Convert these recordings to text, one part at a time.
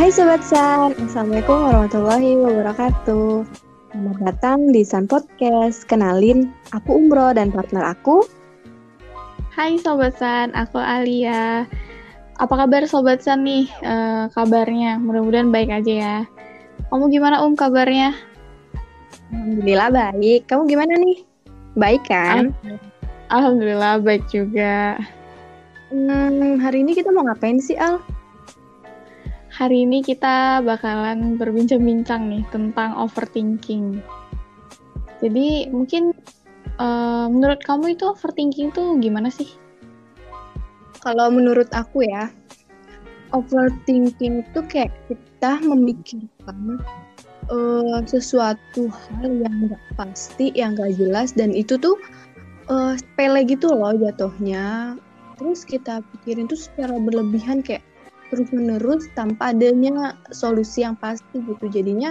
Hai Sobat San, Assalamualaikum warahmatullahi wabarakatuh. Selamat datang di San Podcast. Kenalin, aku Umro dan partner aku. Hai Sobat San, aku Alia. Apa kabar Sobat San nih? Kabarnya mudah-mudahan baik aja ya. Kamu gimana kabarnya? Alhamdulillah baik. Kamu gimana nih? Baik kan? Alhamdulillah baik juga. Hari ini kita mau ngapain sih, Al? Hari ini kita bakalan berbincang-bincang nih tentang overthinking. Jadi mungkin menurut kamu itu overthinking tuh gimana sih? Kalau menurut aku ya, overthinking itu kayak kita memikirkan sesuatu hal yang nggak pasti, yang nggak jelas, dan itu tuh sepele gitu loh jatuhnya. Terus kita pikirin tuh secara berlebihan kayak terus-menerus tanpa adanya solusi yang pasti gitu. Jadinya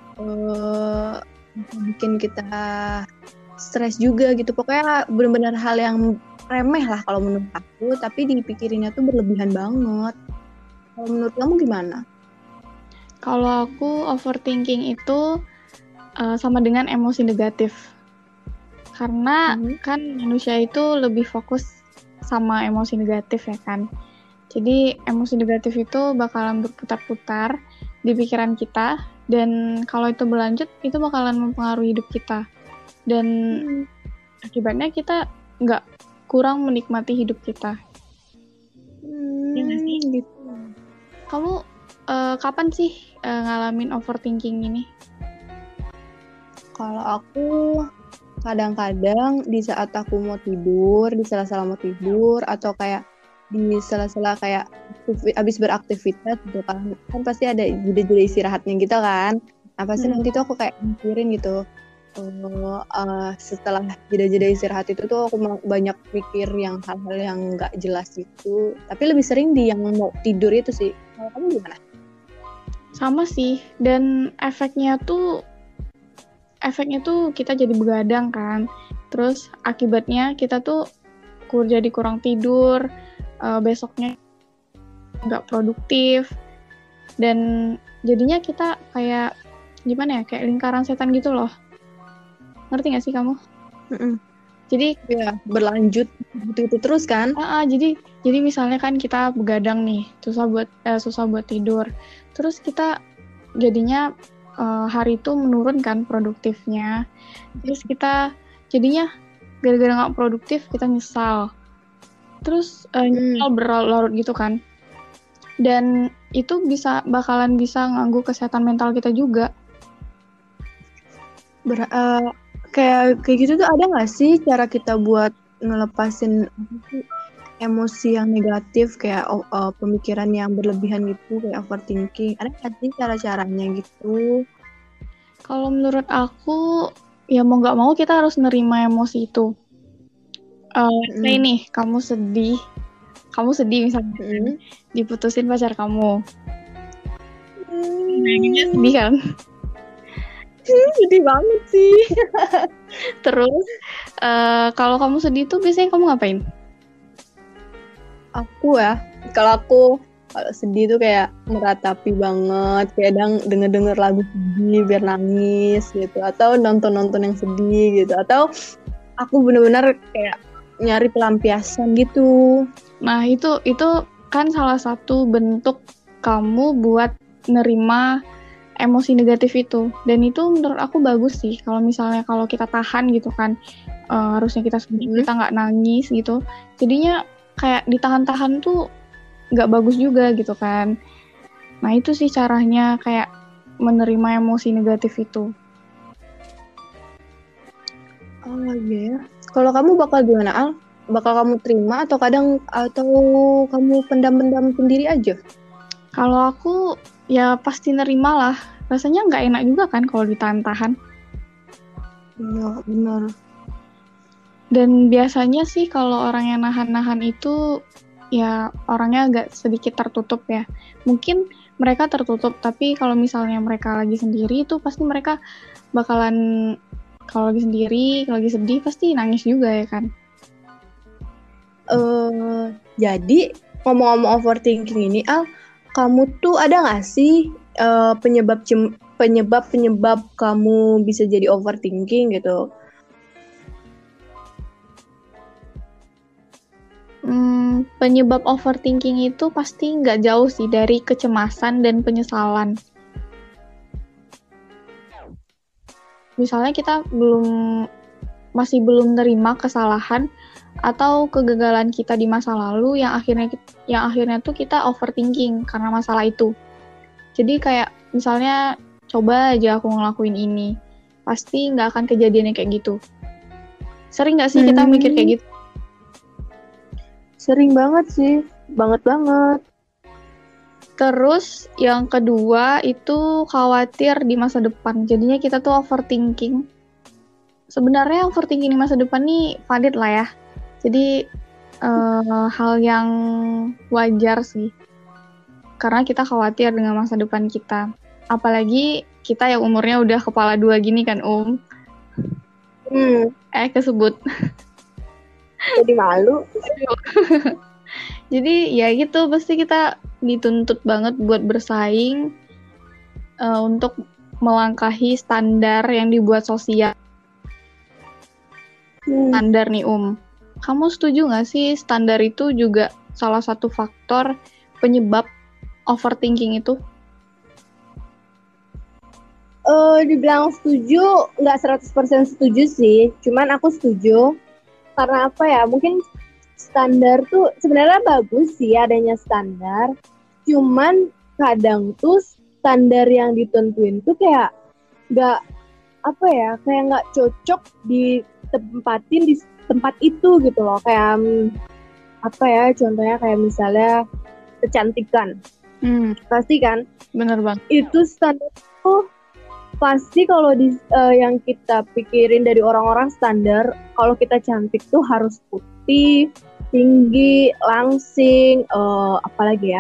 bikin kita stres juga gitu. Pokoknya benar-benar hal yang remeh lah kalau menurut aku, tapi dipikirinnya tuh berlebihan banget. Kalau menurut kamu gimana? Kalau aku overthinking itu sama dengan emosi negatif. Karena kan manusia itu lebih fokus sama emosi negatif ya kan. Jadi emosi negatif itu bakalan berputar-putar di pikiran kita, dan kalau itu berlanjut itu bakalan mempengaruhi hidup kita. Dan akibatnya kita nggak kurang menikmati hidup kita. Ya nggak sih? Gitu. Kamu kapan sih ngalamin overthinking ini? Kalau aku kadang-kadang di saat aku mau tidur, di sela-sela mau tidur, atau kayak di sela-sela kayak abis beraktivitas gitu kan pasti ada jeda-jeda istirahatnya gitu kan. Nah pasti nanti tuh aku kayak mikirin gitu. Setelah jeda-jeda istirahat itu tuh aku banyak pikir yang hal-hal yang nggak jelas gitu. Tapi lebih sering di yang mau tidur itu sih. Kalau kamu gimana? Sama sih, dan efeknya tuh kita jadi begadang kan. Terus akibatnya kita tuh jadi kurang tidur, besoknya nggak produktif, dan jadinya kita kayak gimana ya, kayak lingkaran setan gitu loh. Ngerti nggak sih kamu? Jadi ya berlanjut gitu terus kan? Jadi misalnya kan kita begadang nih, susah buat tidur, terus kita jadinya hari itu menurun kan produktifnya, terus kita jadinya gara-gara nggak produktif kita nyesal, terus nyesal berlarut gitu kan, dan itu bakalan bisa ganggu kesehatan mental kita juga. Kayak gitu tuh ada nggak sih cara kita buat ngelepasin emosi yang negatif kayak pemikiran yang berlebihan gitu kayak overthinking? Ada nggak sih cara-caranya gitu? Kalau menurut aku ya mau nggak mau kita harus nerima emosi itu. Kayak nih, kamu sedih misalnya diputusin pacar kamu. Sedih kan? Sedih banget sih. Terus kalau kamu sedih tuh biasanya kamu ngapain? Kalau sedih tuh kayak meratapi banget, kadang denger lagu sedih biar nangis gitu, atau nonton yang sedih gitu, atau aku benar-benar kayak nyari pelampiasan gitu. Nah itu kan salah satu bentuk kamu buat nerima emosi negatif itu, dan itu menurut aku bagus sih. Kalau misalnya kalau kita tahan gitu kan, harusnya kita sedih, kita nggak nangis gitu, jadinya kayak ditahan-tahan tuh nggak bagus juga gitu kan. Nah itu sih caranya kayak menerima emosi negatif itu. Oh iya. Kalau kamu bakal gimana, Al? Bakal kamu terima atau kamu pendam-pendam sendiri aja? Kalau aku ya pasti nerima lah. Rasanya nggak enak juga kan kalau ditahan-tahan. Iya benar. Dan biasanya sih kalau orang yang nahan-nahan itu ya orangnya agak sedikit tertutup ya. Mungkin mereka tertutup, tapi kalau misalnya mereka lagi sendiri itu pasti mereka bakalan, kalau lagi sendiri, kalau lagi sedih pasti nangis juga ya kan. Jadi ngomong-ngomong overthinking ini, Al, kamu tuh ada nggak sih penyebab kamu bisa jadi overthinking gitu? Penyebab overthinking itu pasti nggak jauh sih dari kecemasan dan penyesalan. Misalnya kita masih belum nerima kesalahan atau kegagalan kita di masa lalu yang akhirnya tuh kita overthinking karena masalah itu. Jadi kayak misalnya coba aja aku ngelakuin ini, pasti nggak akan kejadiannya kayak gitu. Sering nggak sih kita mikir kayak gitu? Sering banget sih, banget. Terus yang kedua itu khawatir di masa depan. Jadinya kita tuh overthinking. Sebenarnya overthinking di masa depan nih valid lah ya. Jadi hal yang wajar sih. Karena kita khawatir dengan masa depan kita. Apalagi kita yang umurnya udah kepala 2 gini kan, kesebut. Jadi malu. Jadi ya gitu, pasti kita dituntut banget buat bersaing untuk melangkahi standar yang dibuat sosial. Standar nih kamu setuju nggak sih standar itu juga salah satu faktor penyebab overthinking itu? Dibilang setuju, nggak 100% setuju sih. Cuman aku setuju karena apa ya? Mungkin standar tuh sebenarnya bagus sih adanya standar. Cuman kadang tuh standar yang ditentuin tuh kayak nggak kayak nggak cocok ditempatin di tempat itu gitu loh. Kayak contohnya kayak misalnya kecantikan. Pasti kan? Bener banget. Itu standar tuh pasti kalau yang kita pikirin dari orang-orang standar, kalau kita cantik tuh harus putih, tinggi, langsing, apalagi ya.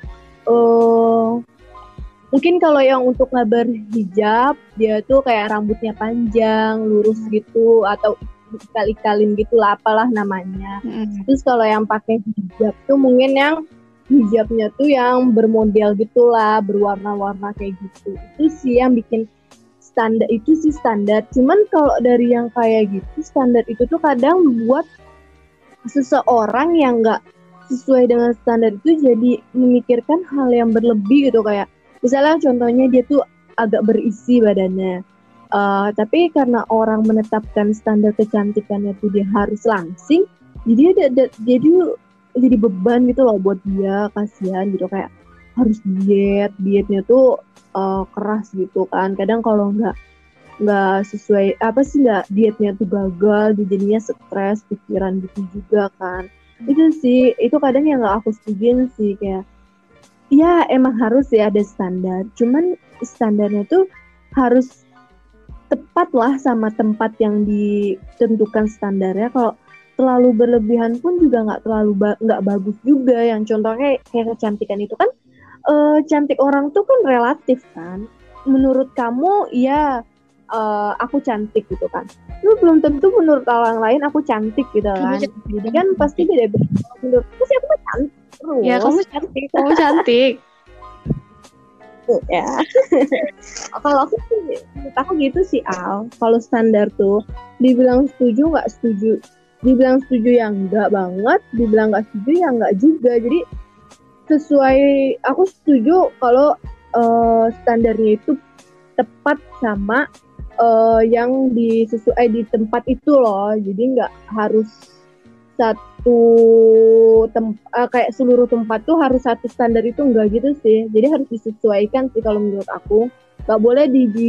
Mungkin kalau yang untuk ngabar hijab, dia tuh kayak rambutnya panjang, lurus gitu, atau ikal-ikalin gitu lah, apalah namanya. Terus kalau yang pakai hijab tuh mungkin yang hijabnya tuh yang bermodel gitulah, berwarna-warna kayak gitu. Itu sih yang bikin standar itu sih standar. Cuman kalau dari yang kayak gitu, standar itu tuh kadang buat seseorang yang nggak sesuai dengan standar itu jadi memikirkan hal yang berlebih gitu, kayak misalnya contohnya dia tuh agak berisi badannya, tapi karena orang menetapkan standar kecantikannya tuh dia harus langsing, jadi jadi beban gitu loh buat dia, kasihan gitu, kayak harus dietnya tuh keras gitu kan. Kadang kalau nggak sesuai nggak dietnya tuh gagal, jadinya stres, pikiran gitu juga kan. Itu sih, itu kadang yang nggak aku setujuin sih, kayak ya emang harus ya ada standar, cuman standarnya tuh harus tepat lah sama tempat yang ditentukan standarnya. Kalau terlalu berlebihan pun juga nggak bagus juga. Yang contohnya kayak kecantikan itu kan, cantik orang tuh kan relatif kan. Menurut kamu ya aku cantik gitu kan, lu belum tentu menurut orang lain aku cantik gitu kan. Jadi kan pasti beda-beda. Menurutku sih aku cantik terus. Ya kamu cantik. Ya. Kalau aku gitu sih Al. Kalau standar tuh dibilang setuju nggak setuju, dibilang setuju yang enggak banget, dibilang nggak setuju yang enggak juga. Jadi sesuai, aku setuju kalau standarnya itu tepat sama yang disesuai di tempat itu loh. Jadi nggak harus kayak seluruh tempat tuh harus satu standar, itu enggak gitu sih. Jadi harus disesuaikan sih kalau menurut aku. Nggak boleh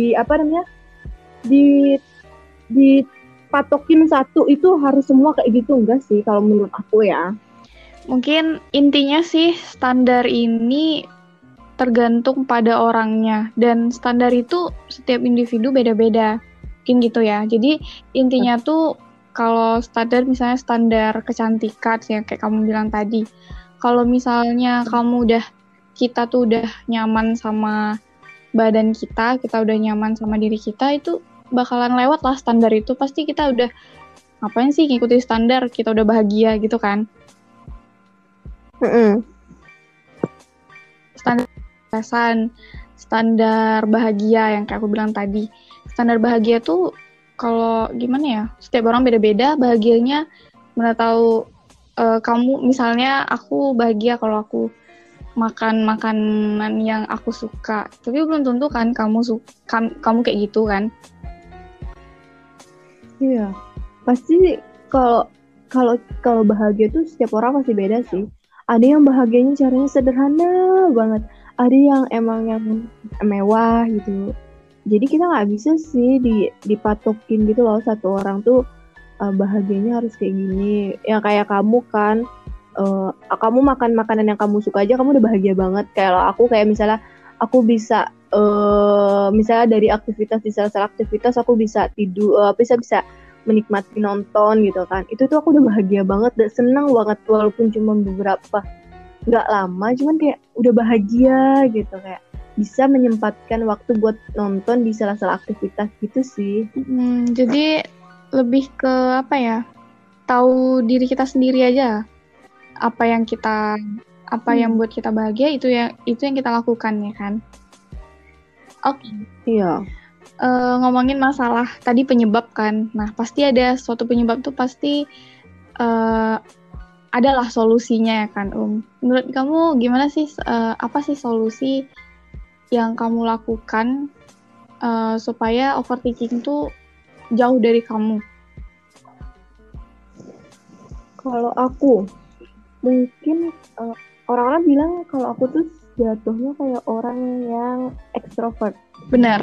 dipatokin satu itu harus semua kayak gitu, enggak sih kalau menurut aku ya. Mungkin intinya sih standar ini tergantung pada orangnya, dan standar itu setiap individu beda-beda, mungkin gitu ya. Jadi intinya tuh kalau standar, misalnya standar kecantikan yang kayak kamu bilang tadi, kalau misalnya kita tuh udah nyaman sama badan kita udah nyaman sama diri kita, itu bakalan lewat lah standar itu. Pasti kita udah ngapain sih ngikutin standar, kita udah bahagia gitu kan. standar kesan, standar bahagia yang kayak aku bilang tadi. Standar bahagia tuh kalau gimana ya, setiap orang beda-beda bahagianya. Mana tahu kamu misalnya aku bahagia kalau aku makan makanan yang aku suka, tapi belum tentu kan kamu kayak gitu kan. Iya, pasti kalau kalau bahagia tuh setiap orang pasti beda sih. Ada yang bahagianya caranya sederhana banget, ada yang emang yang mewah gitu. Jadi kita nggak bisa sih dipatokin gitu loh, satu orang tuh bahagianya harus kayak gini. Ya kayak kamu kan, kamu makan makanan yang kamu suka aja kamu udah bahagia banget. Kalau aku kayak misalnya aku bisa misalnya dari aktivitas di sela-sela aktivitas aku bisa tidur, bisa menikmati nonton gitu kan. Itu tuh aku udah bahagia banget dan seneng banget walaupun cuma beberapa nggak lama, cuman kayak udah bahagia gitu, kayak bisa menyempatkan waktu buat nonton di sela-sela aktivitas gitu sih. Jadi lebih ke apa ya? Tahu diri kita sendiri aja. Apa yang buat kita bahagia itu yang kita lakukan ya kan. Oke. Iya. Ngomongin masalah tadi penyebab kan. Nah, pasti ada suatu penyebab tuh pasti adalah solusinya ya kan, Menurut kamu gimana sih, apa sih solusi yang kamu lakukan supaya overthinking tuh jauh dari kamu? Kalau aku, mungkin orang-orang bilang kalau aku tuh jatuhnya kayak orang yang ekstrovert. Benar.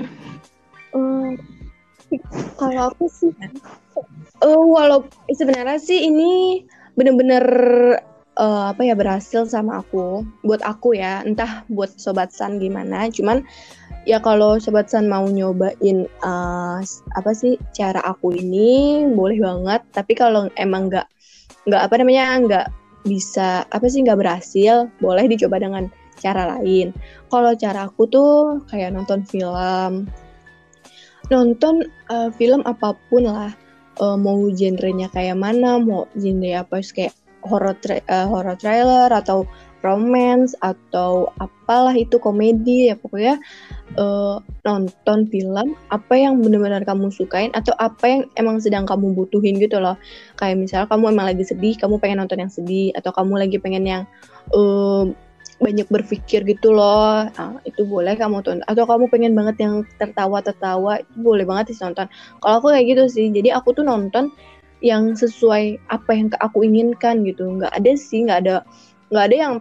Kalau aku sih, walaupun sebenarnya sih ini bener-bener berhasil sama aku, buat aku ya, entah buat Sobat San gimana, cuman ya kalau Sobat San mau nyobain cara aku ini boleh banget, tapi kalau emang nggak bisa nggak berhasil, boleh dicoba dengan cara lain. Kalau cara aku tuh kayak nonton film apapun lah, mau genrenya kayak mana, mau genre apa, kayak horror trailer atau romance atau apalah itu, komedi ya, pokoknya nonton film apa yang benar-benar kamu sukain atau apa yang emang sedang kamu butuhin gitu loh. Kayak misalnya kamu emang lagi sedih, kamu pengen nonton yang sedih, atau kamu lagi pengen yang banyak berpikir gitu loh, itu boleh kamu tonton. Atau kamu pengen banget yang tertawa, itu boleh banget ditonton. Kalau aku kayak gitu sih, jadi aku tuh nonton yang sesuai apa yang aku inginkan gitu. Nggak ada yang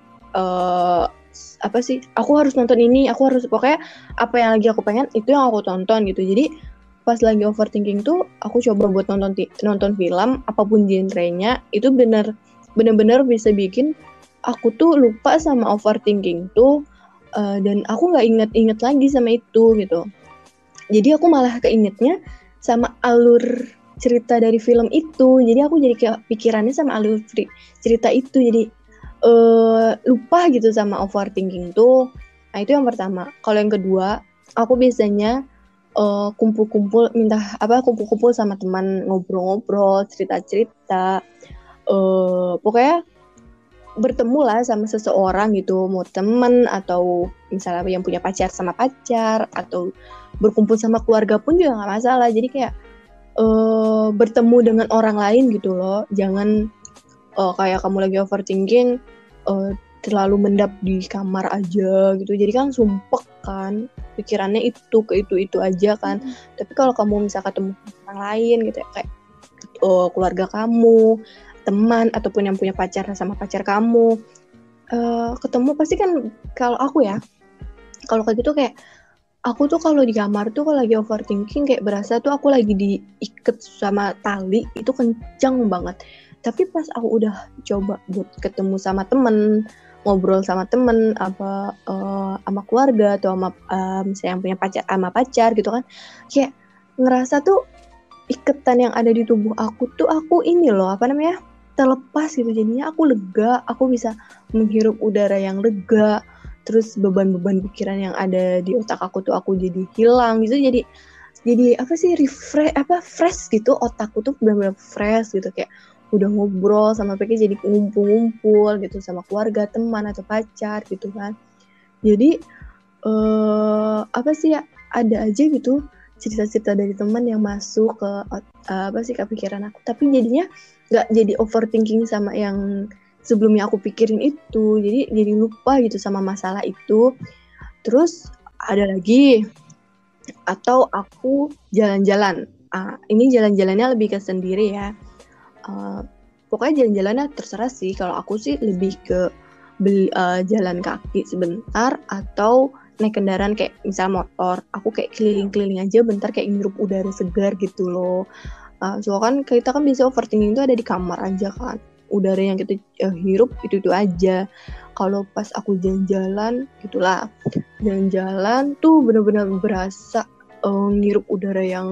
aku harus nonton ini, pokoknya apa yang lagi aku pengen itu yang aku tonton gitu. Jadi pas lagi overthinking tuh aku coba buat nonton film apapun genrenya, itu bener-bener bisa bikin aku tuh lupa sama overthinking tuh, dan aku nggak inget lagi sama itu gitu. Jadi aku malah keingetnya sama alur cerita dari film itu. Jadi aku jadi kayak pikirannya sama alur cerita itu, jadi lupa gitu sama overthinking tuh. Nah itu yang pertama. Kalau yang kedua, aku biasanya kumpul-kumpul sama teman, ngobrol-ngobrol, cerita-cerita, pokoknya bertemu lah sama seseorang gitu, mau temen atau misalnya yang punya pacar sama pacar, atau berkumpul sama keluarga pun juga nggak masalah. Jadi kayak bertemu dengan orang lain gitu loh. Jangan kayak kamu lagi overthinking terlalu mendap di kamar aja gitu, jadi kan sumpek kan, pikirannya itu aja kan. Tapi kalau kamu bisa ketemu orang lain gitu ya, kayak keluarga kamu, teman, ataupun yang punya pacar sama pacar kamu, ketemu pasti kan. Kalau aku ya, kalau kayak gitu, kayak aku tuh kalau di kamar tuh kalau lagi overthinking kayak berasa tuh aku lagi diikat sama tali, itu kencang banget. Tapi pas aku udah coba buat ketemu sama temen, ngobrol sama temen, sama keluarga atau sama misalnya yang punya pacar sama pacar gitu kan, kayak ngerasa tuh iketan yang ada di tubuh aku tuh, aku ini loh terlepas gitu. Jadinya aku lega, aku bisa menghirup udara yang lega, terus beban-beban pikiran yang ada di otak aku tuh aku jadi hilang gitu. Jadi fresh gitu, otakku tuh benar-benar fresh gitu, kayak udah ngobrol sama mereka, jadi ngumpul-ngumpul gitu sama keluarga, teman atau pacar gitu kan. Jadi apa sih ya, ada aja gitu cerita-cerita dari teman yang masuk ke ke pikiran aku, tapi jadinya nggak jadi overthinking sama yang sebelumnya aku pikirin itu, jadi lupa gitu sama masalah itu. Terus ada lagi, atau aku jalan-jalan. Ini jalan-jalannya lebih ke sendiri ya. Pokoknya jalan-jalannya terserah sih. Kalau aku sih lebih ke jalan kaki sebentar atau naik kendaraan kayak misal motor. Aku kayak keliling-keliling aja bentar, kayak ngirup udara segar gitu loh. Soalnya kan kita kan bisa overthinking itu ada di kamar aja kan. Udara yang kita hirup itu aja. Kalau pas aku jalan-jalan gitulah, jalan-jalan tuh benar-benar berasa ngirup udara yang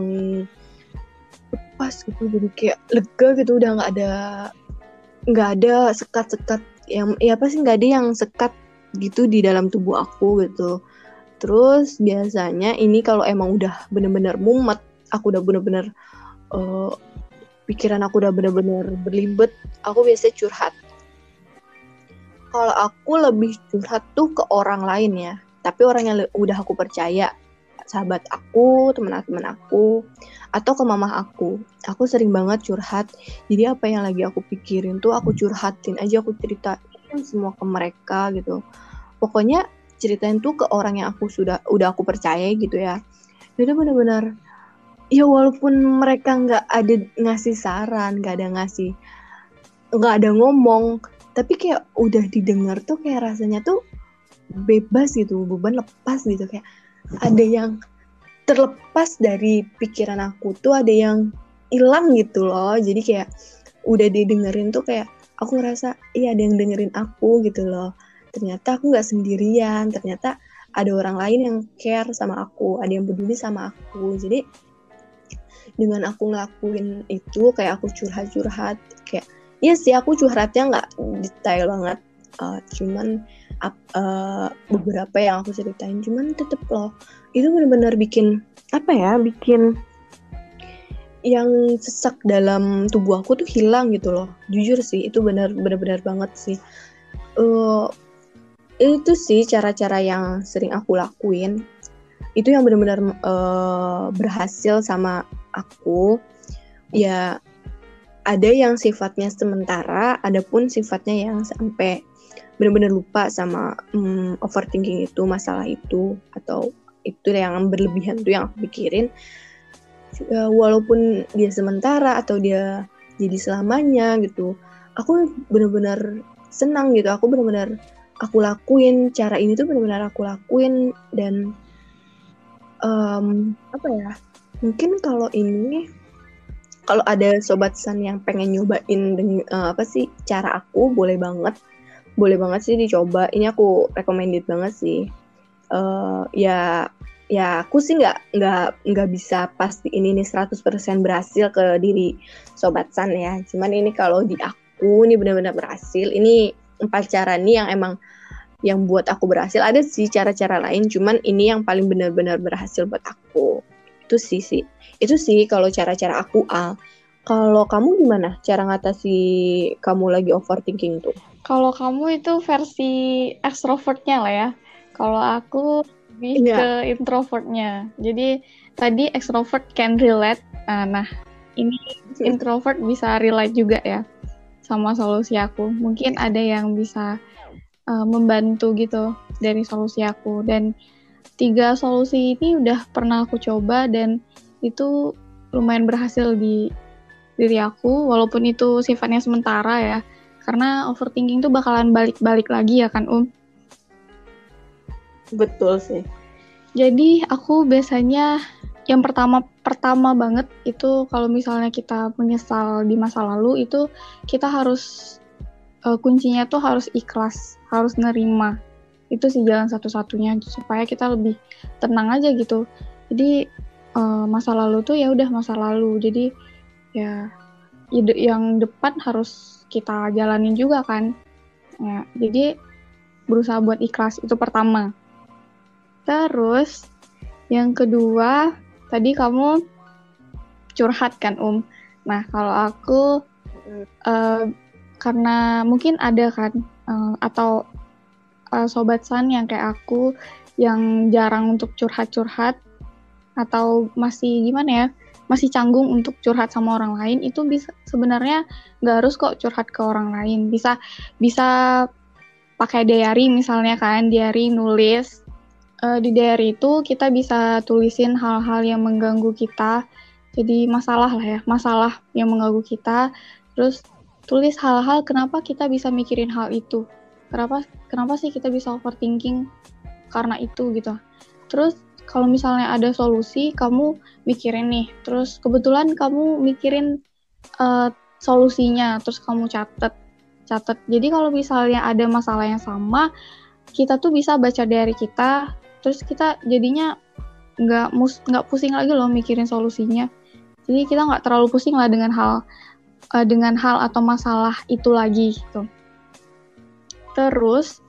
lepas gitu, jadi kayak lega gitu, udah nggak ada sekat-sekat yang nggak ada yang sekat gitu di dalam tubuh aku gitu. Terus biasanya ini kalau emang udah benar-benar mumet, aku udah benar-benar pikiran aku udah benar-benar berlimbet, aku biasanya curhat. Kalau aku lebih curhat tuh ke orang lain ya, tapi orang yang udah aku percaya, sahabat aku, teman-teman aku, atau ke mama aku. Aku sering banget curhat. Jadi apa yang lagi aku pikirin tuh aku curhatin aja, aku ceritain semua ke mereka gitu. Pokoknya ceritain tuh ke orang yang udah aku percaya gitu ya. Itu benar-benar ya, walaupun mereka nggak ada ngasih saran, nggak ada ngomong, tapi kayak udah didengar tuh kayak rasanya tuh bebas gitu, beban lepas gitu, kayak ada yang terlepas dari pikiran aku tuh, ada yang hilang gitu loh. Jadi kayak udah didengerin tuh kayak aku ngerasa iya ada yang dengerin aku gitu loh. Ternyata aku nggak sendirian, ternyata ada orang lain yang care sama aku, ada yang peduli sama aku. Jadi dengan aku ngelakuin itu, kayak aku curhat-curhat, kayak iya sih aku curhatnya nggak detail banget, cuman beberapa yang aku ceritain, cuman tetep loh itu benar-benar bikin yang sesak dalam tubuh aku tuh hilang gitu loh. Jujur sih itu benar-benar banget sih. Itu sih cara-cara yang sering aku lakuin, itu yang benar-benar berhasil sama aku. Ya ada yang sifatnya sementara, ada pun sifatnya yang sampai benar-benar lupa sama overthinking itu, masalah itu, atau itu yang berlebihan tuh yang aku pikirin. Walaupun dia sementara atau dia jadi selamanya gitu, aku benar-benar senang gitu, aku benar-benar aku lakuin cara ini tuh, benar-benar aku lakuin. Dan mungkin kalau ada sobat San yang pengen nyobain dengan cara aku, boleh banget sih dicoba. Ini aku recommended banget sih. Ya aku sih nggak bisa pasti ini 100% berhasil ke diri sobat San ya. Cuman ini kalau di aku ini benar-benar berhasil. Ini 4 cara nih yang emang yang buat aku berhasil. Ada sih cara-cara lain, cuman ini yang paling benar-benar berhasil buat aku. Itu sih kalau cara-cara aku. Kalau kamu gimana cara ngatasi kamu lagi overthinking tuh? Kalau kamu itu versi extrovertnya lah ya. Kalau aku lebih ke introvertnya. Jadi tadi extrovert can relate. Nah, ini introvert bisa relate juga ya sama solusi aku. Mungkin ada yang bisa membantu gitu dari solusi aku. Dan 3 solusi ini udah pernah aku coba dan itu lumayan berhasil di diri aku, walaupun itu sifatnya sementara ya. Karena overthinking tuh bakalan balik-balik lagi ya kan, Betul sih. Jadi aku biasanya yang pertama banget itu kalau misalnya kita menyesal di masa lalu, itu kita harus kuncinya tuh harus ikhlas, harus nerima. Itu sih jalan satu-satunya supaya kita lebih tenang aja gitu. Jadi masa lalu tuh ya udah masa lalu. Jadi ya yang depan harus kita jalanin juga kan. Ya, jadi berusaha buat ikhlas itu pertama. Terus yang kedua, tadi kamu curhat kan Nah kalau aku karena mungkin ada kan atau sobat San yang kayak aku yang jarang untuk curhat-curhat atau masih gimana ya, masih canggung untuk curhat sama orang lain, itu bisa sebenarnya nggak harus kok curhat ke orang lain, bisa pakai diary misalnya kan, diary nulis. Di diary itu kita bisa tulisin hal-hal yang mengganggu kita, jadi masalah lah ya, masalah yang mengganggu kita, terus tulis hal-hal kenapa kita bisa mikirin hal itu, kenapa sih kita bisa overthinking karena itu gitu. Terus kalau misalnya ada solusi, kamu mikirin nih, terus kebetulan kamu mikirin solusinya, terus kamu catet. Jadi kalau misalnya ada masalah yang sama, kita tuh bisa baca diary kita, terus kita jadinya nggak pusing lagi loh mikirin solusinya. Jadi kita nggak terlalu pusing lah dengan hal atau masalah itu lagi gitu. Terus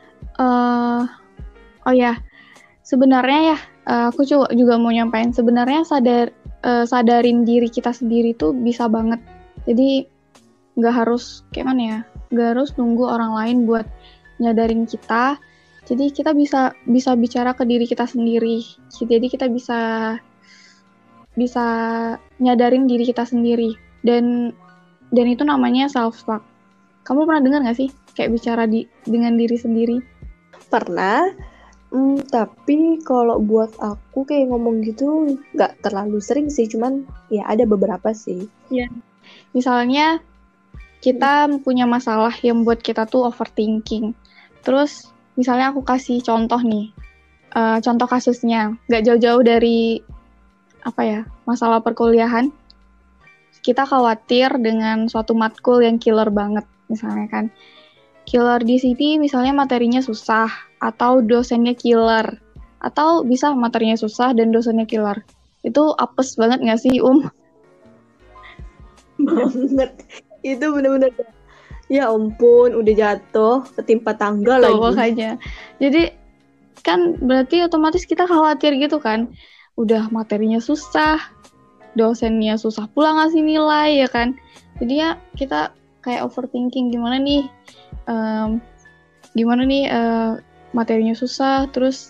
sebenarnya ya aku juga mau nyampain, sebenarnya sadarin diri kita sendiri tuh bisa banget. Jadi nggak harus kayak mana ya, nggak harus nunggu orang lain buat nyadarin kita. Jadi kita bisa bicara ke diri kita sendiri. Jadi kita bisa nyadarin diri kita sendiri, dan itu namanya self talk. Kamu pernah dengar nggak sih kayak bicara dengan diri sendiri? Pernah, tapi kalau buat aku kayak ngomong gitu nggak terlalu sering sih, cuman ya ada beberapa sih. Iya. Misalnya kita punya masalah yang buat kita tuh overthinking. Terus misalnya aku kasih contoh nih, contoh kasusnya, nggak jauh-jauh dari masalah perkuliahan. Kita khawatir dengan suatu matkul yang killer banget, misalnya kan. Killer di sini misalnya materinya susah, atau dosennya killer, atau bisa materinya susah dan dosennya killer. Itu apes banget nggak sih, Banget. Itu bener-bener, ya ampun, udah jatuh ketimpa tangga lagi. Makanya. Jadi kan berarti otomatis kita khawatir gitu kan. Udah materinya susah, dosennya susah pula ngasih nilai ya kan. Jadi ya kita kayak overthinking gimana nih materinya susah, terus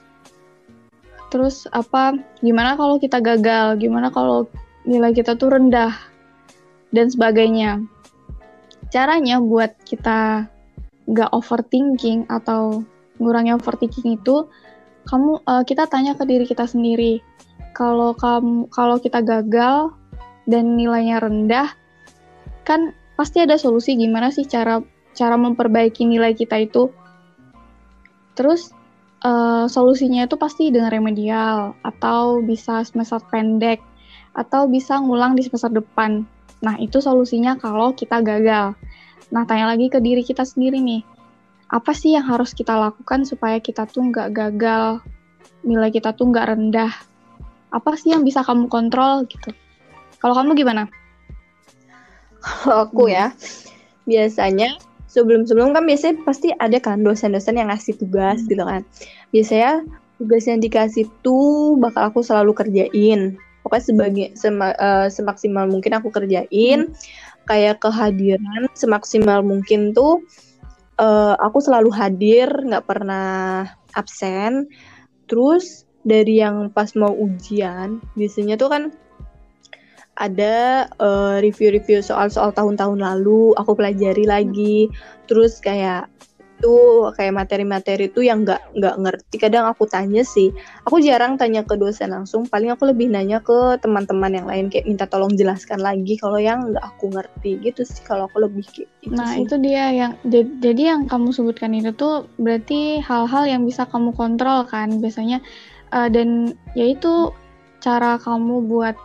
gimana kalau kita gagal, gimana kalau nilai kita tuh rendah dan sebagainya. Caranya buat kita nggak overthinking atau ngurangi overthinking itu, kita tanya ke diri kita sendiri. Kalau kita gagal dan nilainya rendah, kan pasti ada solusi gimana sih cara memperbaiki nilai kita itu. Terus solusinya itu pasti dengan remedial, atau bisa semester pendek, atau bisa ngulang di semester depan. Nah, itu solusinya kalau kita gagal. Nah, tanya lagi ke diri kita sendiri nih, apa sih yang harus kita lakukan supaya kita tuh nggak gagal, nilai kita tuh nggak rendah? Apa sih yang bisa kamu kontrol gitu? Kalau kamu gimana? Kalau aku ya, biasanya sebelum kan biasanya pasti ada kan dosen-dosen yang ngasih tugas gitu kan. Biasanya tugas yang dikasih tuh bakal aku selalu kerjain. Pokoknya semaksimal mungkin aku kerjain. Kayak kehadiran semaksimal mungkin tuh aku selalu hadir, nggak pernah absen. Terus dari yang pas mau ujian, biasanya tuh kan ada review soal-soal tahun-tahun lalu, aku pelajari lagi. Terus kayak materi-materi itu yang nggak ngerti, kadang aku tanya sih. Aku jarang tanya ke dosen langsung, paling aku lebih nanya ke teman-teman yang lain, kayak minta tolong jelaskan lagi kalau yang nggak aku ngerti gitu sih. Kalau aku lebih kayak gitu. Nah sih. Itu dia jadi yang kamu sebutkan itu tuh berarti hal-hal yang bisa kamu kontrol kan biasanya, dan yaitu cara kamu buat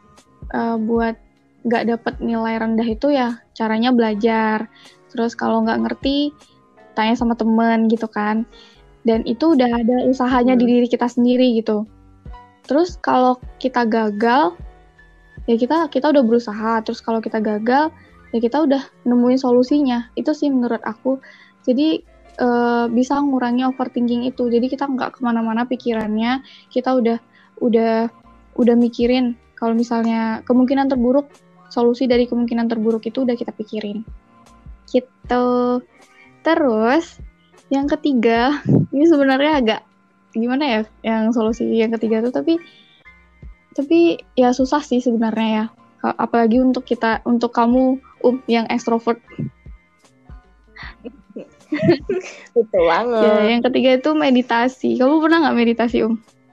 nggak dapet nilai rendah itu ya caranya belajar. Terus kalau nggak ngerti tanya sama temen gitu kan, dan itu udah ada usahanya di diri kita sendiri gitu. Terus kalau kita gagal ya kita udah berusaha, terus kalau kita gagal ya kita udah nemuin solusinya. Itu sih menurut aku. Jadi bisa ngurangi overthinking itu. Jadi kita nggak kemana-mana pikirannya, kita udah mikirin kalau misalnya kemungkinan terburuk, solusi dari kemungkinan terburuk itu udah kita pikirin gitu. Terus Yang ketiga, ini sebenarnya agak gimana ya yang solusi yang ketiga tuh, tapi ya susah sih sebenarnya ya. Apalagi untuk kamu yang ekstrovert. Betul banget. Ya, yang ketiga itu meditasi. Kamu pernah nggak meditasi,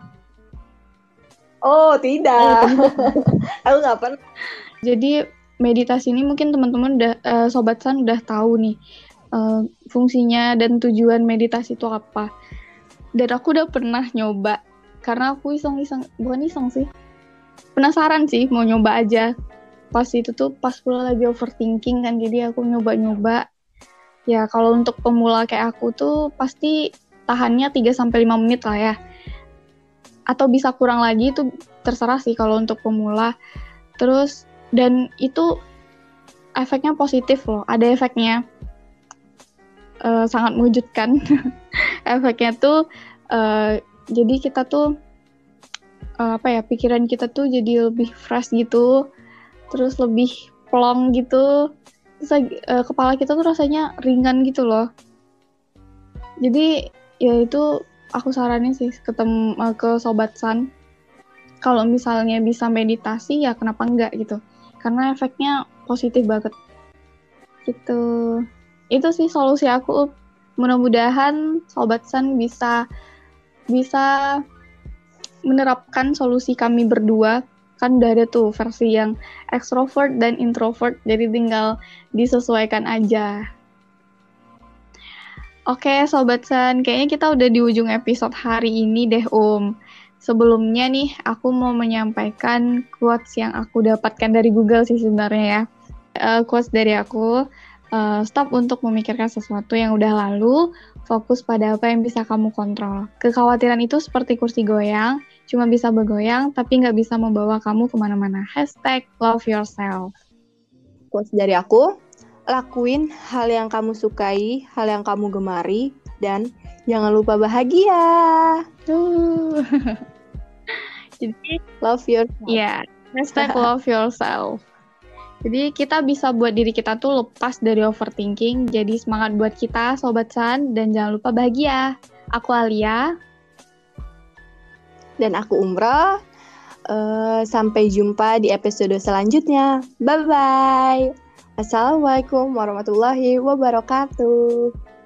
Oh, tidak. Aku nggak pernah. Jadi meditasi ini mungkin teman-teman Sobat San udah tahu nih fungsinya dan tujuan meditasi itu apa. Dan aku udah pernah nyoba karena aku bukan iseng sih, penasaran sih mau nyoba aja. Pas itu tuh pas pula lagi overthinking kan, jadi aku nyoba-nyoba. Ya kalau untuk pemula kayak aku tuh pasti tahannya 3-5 menit lah ya. Atau bisa kurang lagi, itu terserah sih kalau untuk pemula. Terus dan itu efeknya positif loh, ada efeknya. Sangat mewujudkan. Efeknya tuh jadi kita tuh pikiran kita tuh jadi lebih fresh gitu, terus lebih plong gitu, terus kepala kita tuh rasanya ringan gitu loh. Jadi ya itu aku saranin sih ke Sobat San, kalau misalnya bisa meditasi ya kenapa enggak gitu, karena efeknya positif banget gitu. Itu sih solusi aku. Mudah-mudahan Sobat San bisa menerapkan solusi kami berdua. Kan udah ada tuh versi yang extrovert dan introvert, jadi tinggal disesuaikan aja. Oke Sobat San, kayaknya kita udah di ujung episode hari ini deh Sebelumnya nih, aku mau menyampaikan quotes yang aku dapatkan dari Google sih sebenarnya ya. Quotes dari aku, stop untuk memikirkan sesuatu yang udah lalu, fokus pada apa yang bisa kamu kontrol. Kekhawatiran itu seperti kursi goyang, cuma bisa bergoyang, tapi nggak bisa membawa kamu kemana-mana. #LoveYourself. Quotes dari aku, lakuin hal yang kamu sukai, hal yang kamu gemari, dan jangan lupa bahagia. Jadi, love yourself. Ya, #LoveYourself. Jadi kita bisa buat diri kita tuh lepas dari overthinking. Jadi semangat buat kita Sobat San, dan jangan lupa bahagia. Aku Alia. Dan aku Umrah. Sampai jumpa di episode selanjutnya. Bye-bye. Assalamualaikum warahmatullahi wabarakatuh.